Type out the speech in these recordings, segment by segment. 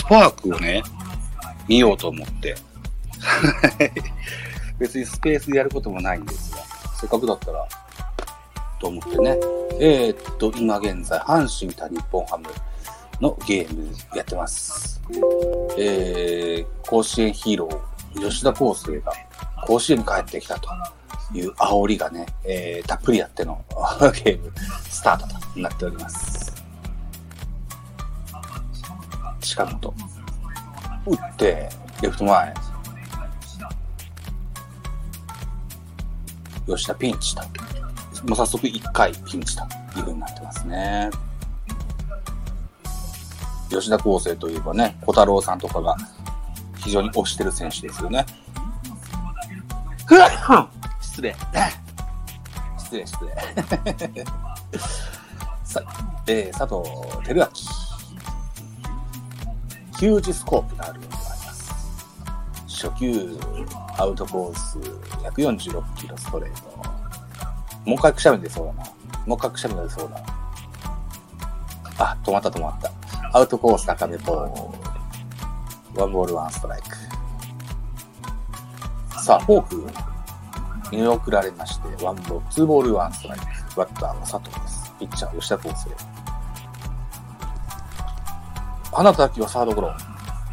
パークをね、見ようと思って。別にスペースでやることもないんですが、せっかくだったら、と思ってね。今現在、阪神対日本ハムのゲームやってます。甲子園ヒーロー、吉田康生が甲子園に帰ってきたという煽りがね、たっぷりあってのゲームスタートとなっております。近本。打って、レフト前。吉田ピンチと。もう早速1回ピンチという風になってますね。吉田康生といえばね、小太郎さんとかが非常に推してる選手ですよね。失礼。佐藤輝明。ヒュージスコープがあるようになります。初球、アウトコース、146キロストレート。もう一回くしゃみ出そうだな。あ、止まった。アウトコース高めボール。ワンボールワンストライク。さあ、フォーク見送られまして、ツーボールワンストライク。バッターは佐藤です。ピッチャー吉田康生。放った打球はサードゴロ。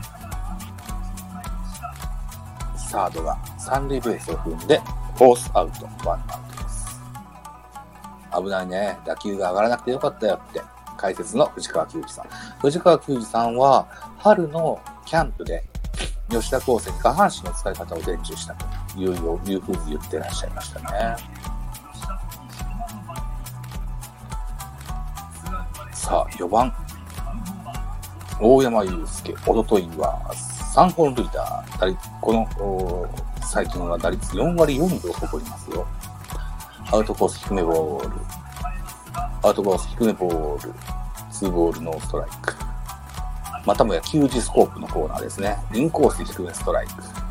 サードが三塁ベースを踏んで、フォースアウト、ワンアウトです。危ないね。打球が上がらなくてよかったよって、解説の藤川球児さん。藤川球児さんは、春のキャンプで、吉田康生に下半身の使い方を伝授したというふうに言ってらっしゃいましたね。さあ、4番。大山祐介、おとといは3本塁打、最近は打率4割4分を誇りますよ。アウトコース低めボール、ツーボールノーストライク。またもや球児スコープのコーナーですね。インコース低めストライク。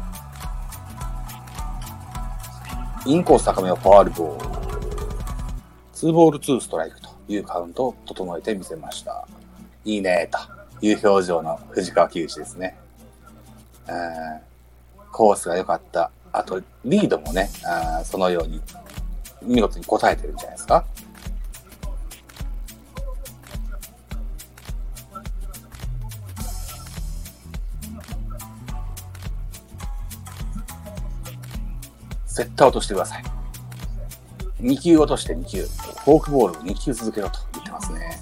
インコース高めはファウルボール。ツーボールツーストライクというカウントを整えてみせました。いいねという表情の藤川球児ですね。コースが良かった。あと、リードもね、そのように見事に応えてるんじゃないですか。セッター落としてください。2球落として2球。フォークボールを2球続けろと言ってますね。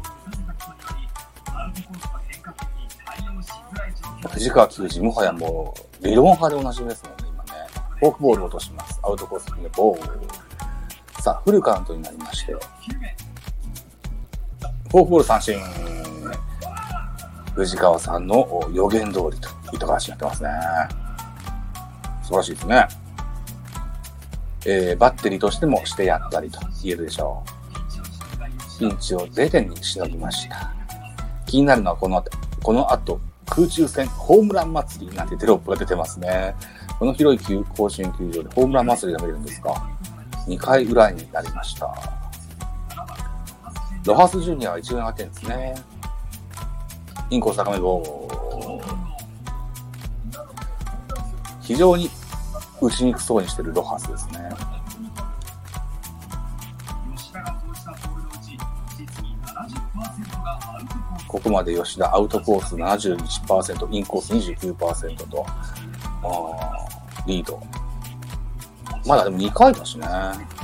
藤川球児、もはやもう、理論派でおなじみですもんね、今ね。フォークボールを落とします。アウトコースでボール。さあ、フルカウントになりまして。フォークボール三振。藤川さんの予言通りといった形になってますね。素晴らしいですね。バッテリーとしてもしてやったりと言えるでしょう。ピンチを0点にしのぎました。気になるのはこの後、空中戦ホームラン祭りなんてテロップが出てますね。この広い甲子園球場でホームラン祭りが見れるんですか。2回裏になりました。ロハスジュニアは一塁上がってるんですね。インコース高めボール。非常に打ちにくそうにしてるロハスですね。ここまで吉田アウトコース 71%、インコース 29% とリード。まだでも2回だしね。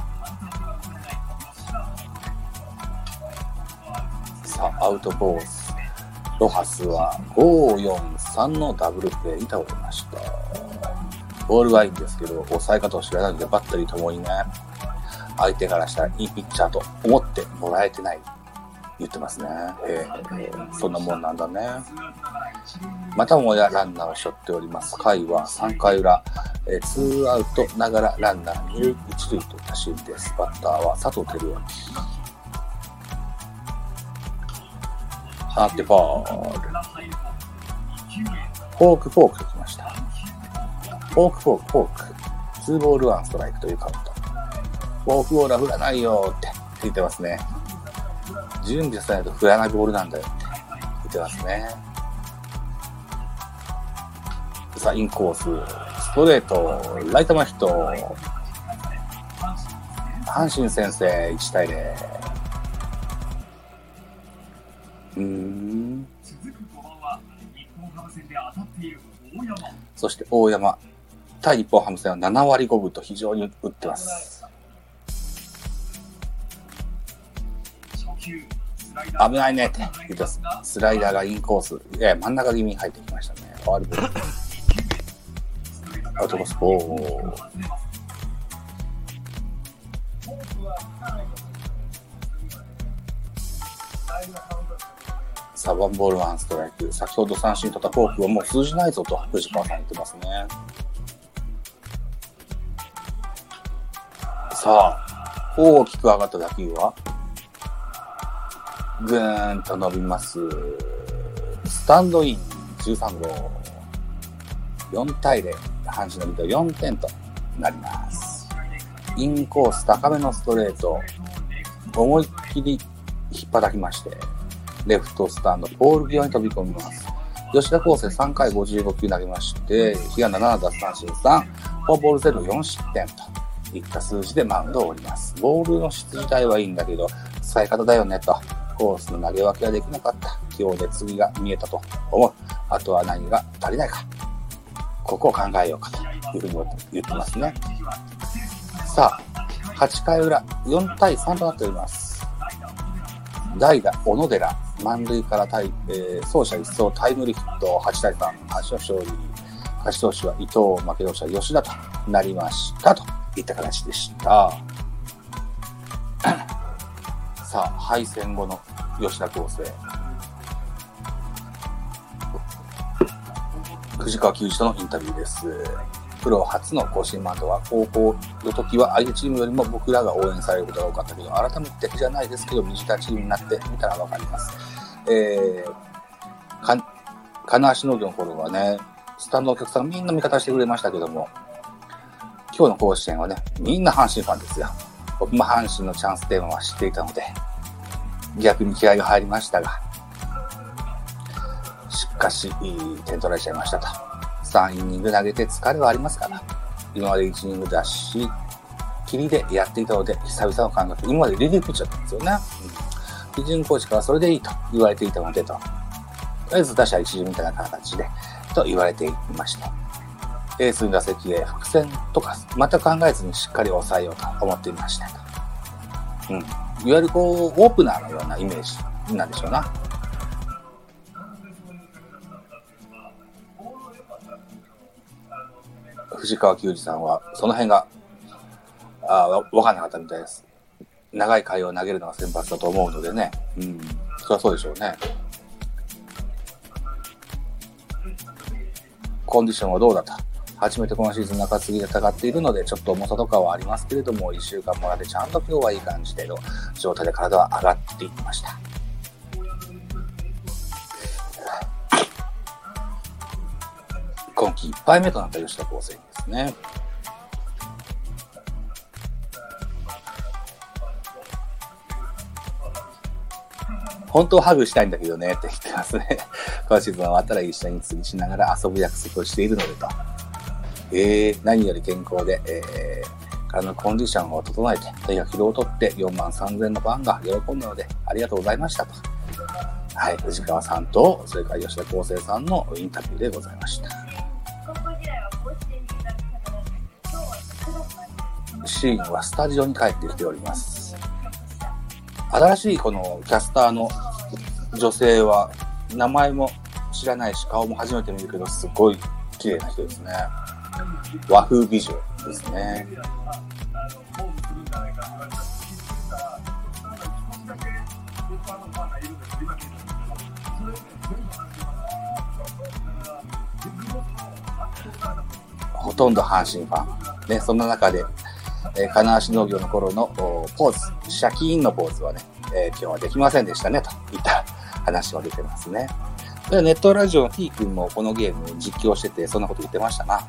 さあ、アウトコース。ロハスは5-4-3のダブルプレーに倒れました。ボールはいいんですけど、抑え方を知らないのでバッテリーともにね、相手からしたらいいピッチャーと思ってもらえてない言ってますね。そんなもんなんだね。またもやランナーを背負っております。回は3回裏、ツーアウトながらランナー2塁1塁といったシーンです。バッターは佐藤輝明。放ってファール。フォークときました。フォーク。ツーボールワンストライクというカウント。フォークボールは振らないよって言ってますね。準備させないと振らないボールなんだよって言ってますね。 さあ、インコース、ストレート、ライト前ヒット。阪神先制、1対0。そして大山、対日本ハム戦は7割5分と非常に打ってます。危ないねって言ってます。スライダーがインコース、真ん中気味に入ってきましたね。ファウルボール。アウトコースボール。さあ、ワンボールワンストライク。先ほど三振取ったフォークはもう通じないぞと藤川さん言ってますね。さあ、大きく上がった打球はぐーんと伸びます。スタンドイン13号。4対0。阪神のリード4点となります。インコース高めのストレート。思いっきり引っ叩きまして、レフトスタンド、ポール際に飛び込みます。吉田康生3回55球投げまして、被安打7奪三振3、フォアボール0、4失点といった数字でマウンドを降ります。ボールの質自体はいいんだけど、使い方だよねと、コースの投げ分けができなかった。今日で次が見えたと思う。あとは何が足りないか。ここを考えようかというふうに言ってますね。さあ、8回裏、4対3となっております。代打、小野寺、満塁から走者一掃タイムリーヒット、8対3、阪神の勝利。勝ち投手は伊藤、負け投手は吉田となりましたといった形でした。さあ、敗戦後の吉田康生。藤川球児とのインタビューです。プロ初の甲子園マウンドは高校の時は相手チームよりも僕らが応援されることが多かったけど、改めてじゃないですけど、身近チームになってみたらわかります。金足農業の頃はね、スタンドのお客さんみんな味方してくれましたけども、今日の甲子園はね、みんな阪神ファンですよ。僕も阪神のチャンステーマは知っていたので、逆に気合が入りましたが、しかし、点取られちゃいましたと。3イニング投げて疲れはありますから、今まで1イニング出し切りでやっていたので、久々の感覚、今までリリーフピッチャーだったんですよね。基準コーチからそれでいいと言われていたのでと、とりあえず打者一巡みたいな形で、と言われていました。エースの打席へ伏線とか、全く考えずにしっかり抑えようと思っていましたと。いわゆるこう、オープナーのようなイメージなんでしょうな。藤川球児さんは、その辺が、わかんなかったみたいです。長い回を投げるのが先発だと思うのでね。それはそうでしょうね。コンディションはどうだと。初めて今シーズン中継ぎで戦っているので、ちょっと重さとかはありますけれども、1週間もらってちゃんと今日はいい感じでの状態で体は上がっていました。今季1敗目となった吉田康生ですね。本当はハグしたいんだけどねって言ってますね。今シーズンは終わったら一緒に釣りしながら遊ぶ約束をしているのでと。何より健康で、体のコンディションを整えて、とにかく疲労を取って43,000のファンが喜んだのでありがとうございましたと。はい、藤川さんと、それから吉田康生さんのインタビューでございました。シーンはスタジオに帰ってきております。新しいこのキャスターの女性は名前も知らないし顔も初めて見るけどすごい綺麗な人ですね。和風美女ですね。ほとんど阪神ファン。ね、そんな中で、金足農業の頃のポーズ、シャキーンのポーズはね、今日はできませんでしたね、といった話が出てますね。でネットラジオの T 君もこのゲーム実況してて、そんなこと言ってましたな。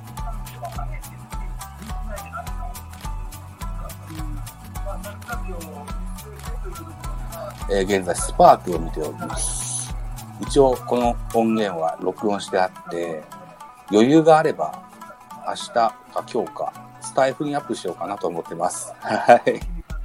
現在スパークを見ております。一応この音源は録音してあって、 余裕があれば明日か今日かスタイフにアップしようかなと思ってます。はい。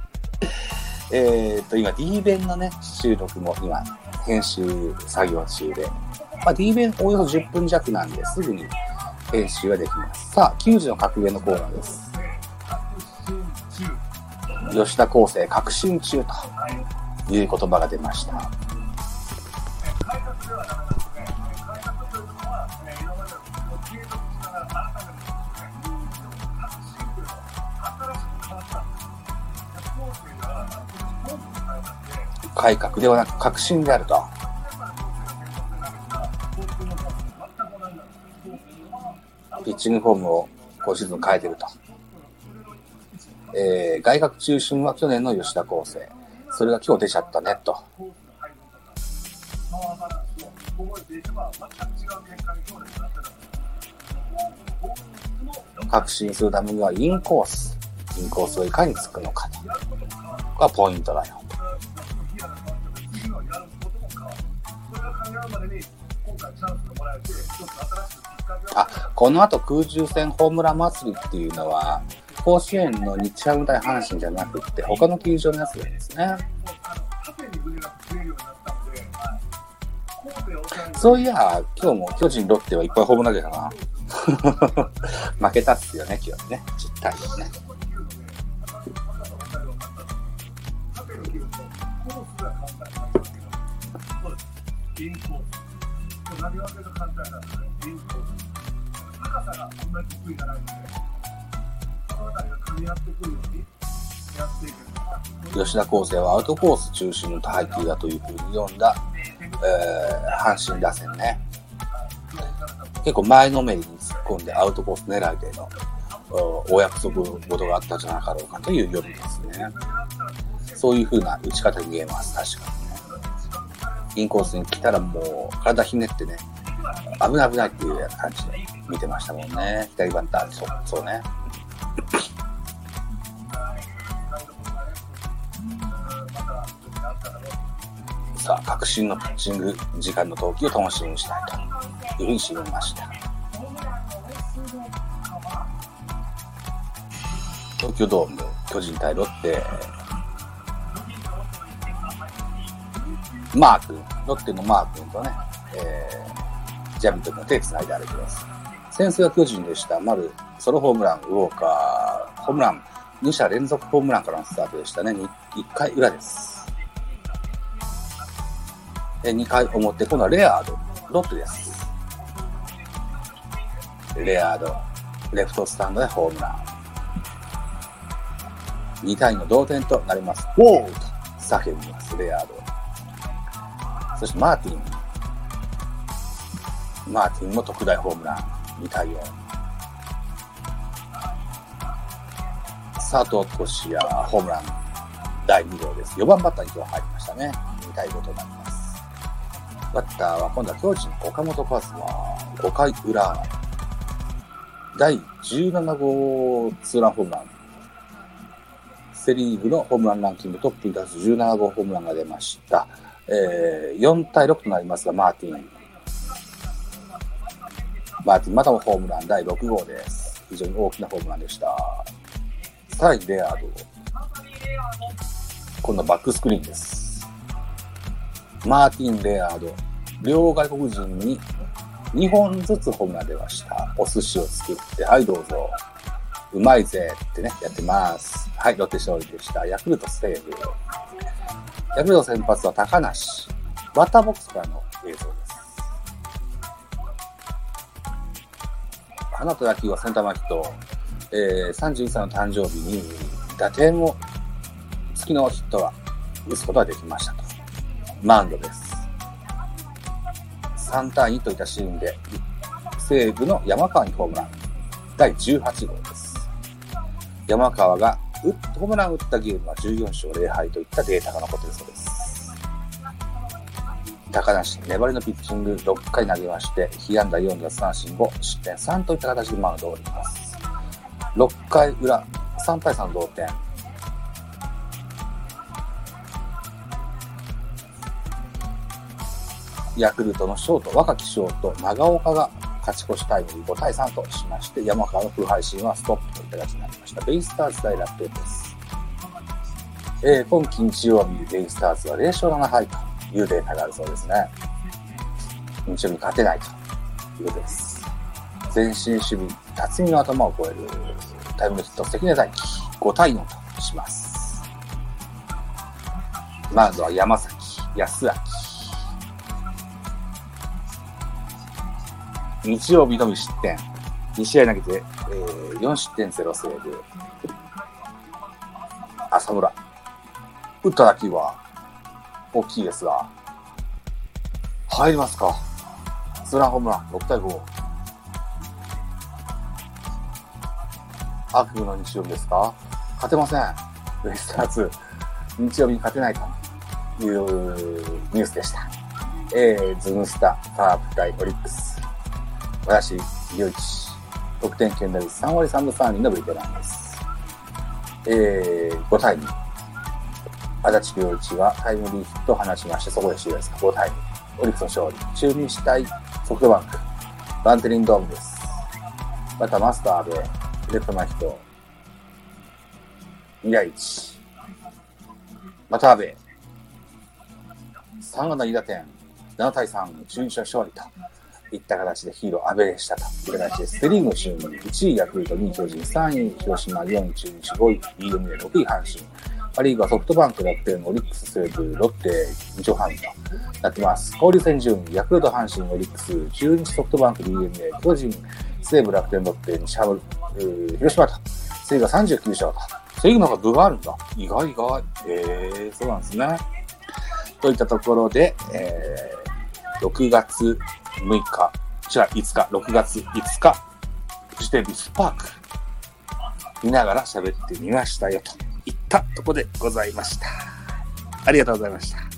今 D 弁のね収録も今編集作業中で、D 弁およそ10分弱なんですぐに編集ができます。さあ、9時の格言のコーナーです。吉田康生革新中という言葉が出ました。改革ではなく革新であると。ピッチングフォームを今シーズン変えていると。外角中心は去年の吉田康生。それが今日出ちゃったねと。革新するためにはインコースをいかにつくのかと。がポイントだよ。この後空中戦ホームラン祭りっていうのは甲子園の日ハム対阪神じゃなくって他の球場のやつなんですね。そういや今日も巨人ロッテはいっぱいホームラン出たな。負けたっすよね今日ね、10対4ね。吉田康生はアウトコース中心の配球だというふうに読んだ、阪神打線ね。結構前のめりに突っ込んでアウトコース狙いでのお約束事があったんじゃなかろうかという読みですね。そういう風な打ち方に見えます。確かにね。インコースに来たらもう体ひねってね、危ない危ないっていう感じで見てましたもんね。左バッター、そうね。さあ、革新のピッチング時間の投球を楽しみにしたいというふうに締めました。東京ドーム、巨人対ロッテ、マー君、ロッテのマー君とね、ジャビットの手つないで歩きます。先制は巨人でした。丸、ソロホームラン、ウォーカー、ホームラン、2者連続ホームランからのスタートでしたね。1回裏です。2回表、今度はレアード、ロッテです。レアード、レフトスタンドでホームラン。2対の同点となります。ウォーと叫びます、レアード。そしてマーティンも特大ホームラン。2対4。佐藤俊也、ホームラン第2号です。4番バッターに今日入りましたね。2対5となります。バッターは今度は巨人岡本和真、5回裏、第17号ツーランホームラン。セリーグのホームランランキングトップに立つ17号ホームランが出ました。4対6となりますが、マーティンまたもホームラン第6号です。非常に大きなホームランでした。さらにレアード、今度はバックスクリーンです。マーティン、レアード、両外国人に2本ずつホームラン出ました。お寿司を作って、はいどうぞ、うまいぜってねやってます。はい、ロッテ勝利でした。ヤクルトセーブ。ヤクルト先発は高梨。バッターボックスからの映像です。花と野球はセンター前ヒット。31歳の誕生日に打点を月のヒットは打つことができましたと。マウンドです。3対2といったシーンで西武の山川にホームラン第18号です。山川がホームランを打ったゲームは14勝0敗といったデータが残っているそうです。高梨、粘りのピッチング6回投げまして、被安打4奪三振5、失点3といった形でマウンドを降ります。6回裏、3対3同点。ヤクルトのショート、若きショート、長岡が勝ち越しタイムリー5対3としまして、山川のフル配信はストップといった形になりました。ベイスターズ対楽天です。今季日曜日、ベイスターズは0勝7敗というデータがあるそうですね。日曜日勝てないということです。前進守備、辰巳の頭を越えるタイムリーヒット、関根大輝5対4とします。マウンドは山崎康明。日曜日のみ失点。2試合投げて、4失点0セーブ。浅村。打った打球は大きいですが、入りますか。ツーランホームラン6対5。悪夢の日曜日ですか。勝てません。ベイスターズ、日曜日に勝てないというニュースでした。ズムスタ、カープ対オリックス。私、良一、得点圏打率3割3分3厘のベテランです。5対2。足立良一はタイムリーヒットを放ちまして、そこで終了ですか。5対2。オリックスの勝利。中日対ソフトバンク。バンテリンドームです。またマスターで、レフト前ヒット。2対1。また阿部。3安打2打点。7対3。中日の勝利といった形でヒーロー阿部でしたという形です。セリーグの順位1位ヤクルト、2位巨人、3位広島、4位中日、5位 DNA、6位阪神。パリーグはソフトバンク、楽天、オリックス、西武、ロッテ、日ハムとなっています。交流戦順位、ヤクルト、阪神、オリックス、中日、ソフトバンク、DNA、巨人、西武、楽天、ロッテ、日ハム、広島と、セリーグが39勝と。セリーグの方が分があるんだ。意外。そうなんですね。といったところで、6月6日、5日、6月5日、フジテレビスパーク見ながら喋ってみましたよといったところでございました。ありがとうございました。